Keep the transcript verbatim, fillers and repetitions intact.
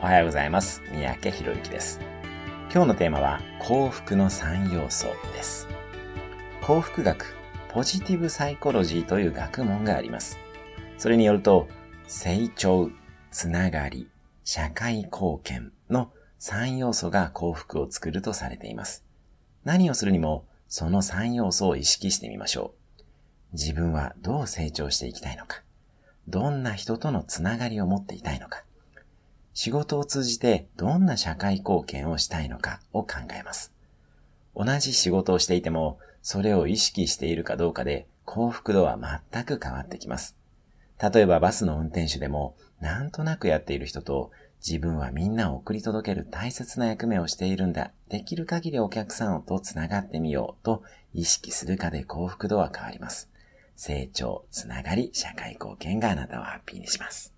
はようございます。三宅博之です。今日のテーマは幸福のさん要素です。幸福学、ポジティブサイコロジーという学問があります。それによると、成長、つながり、社会貢献のさん要素が幸福を作るとされています。何をするにもそのさん要素を意識してみましょう。自分はどう成長していきたいのか、どんな人とのつながりを持っていたいのか、仕事を通じてどんな社会貢献をしたいのかを考えます。同じ仕事をしていても、それを意識しているかどうかで幸福度は全く変わってきます。例えばバスの運転手でも、なんとなくやっている人と、自分はみんなを送り届ける大切な役目をしているんだ、できる限りお客さんとつながってみようと意識するかで幸福度は変わります。成長、つながり、社会貢献があなたをハッピーにします。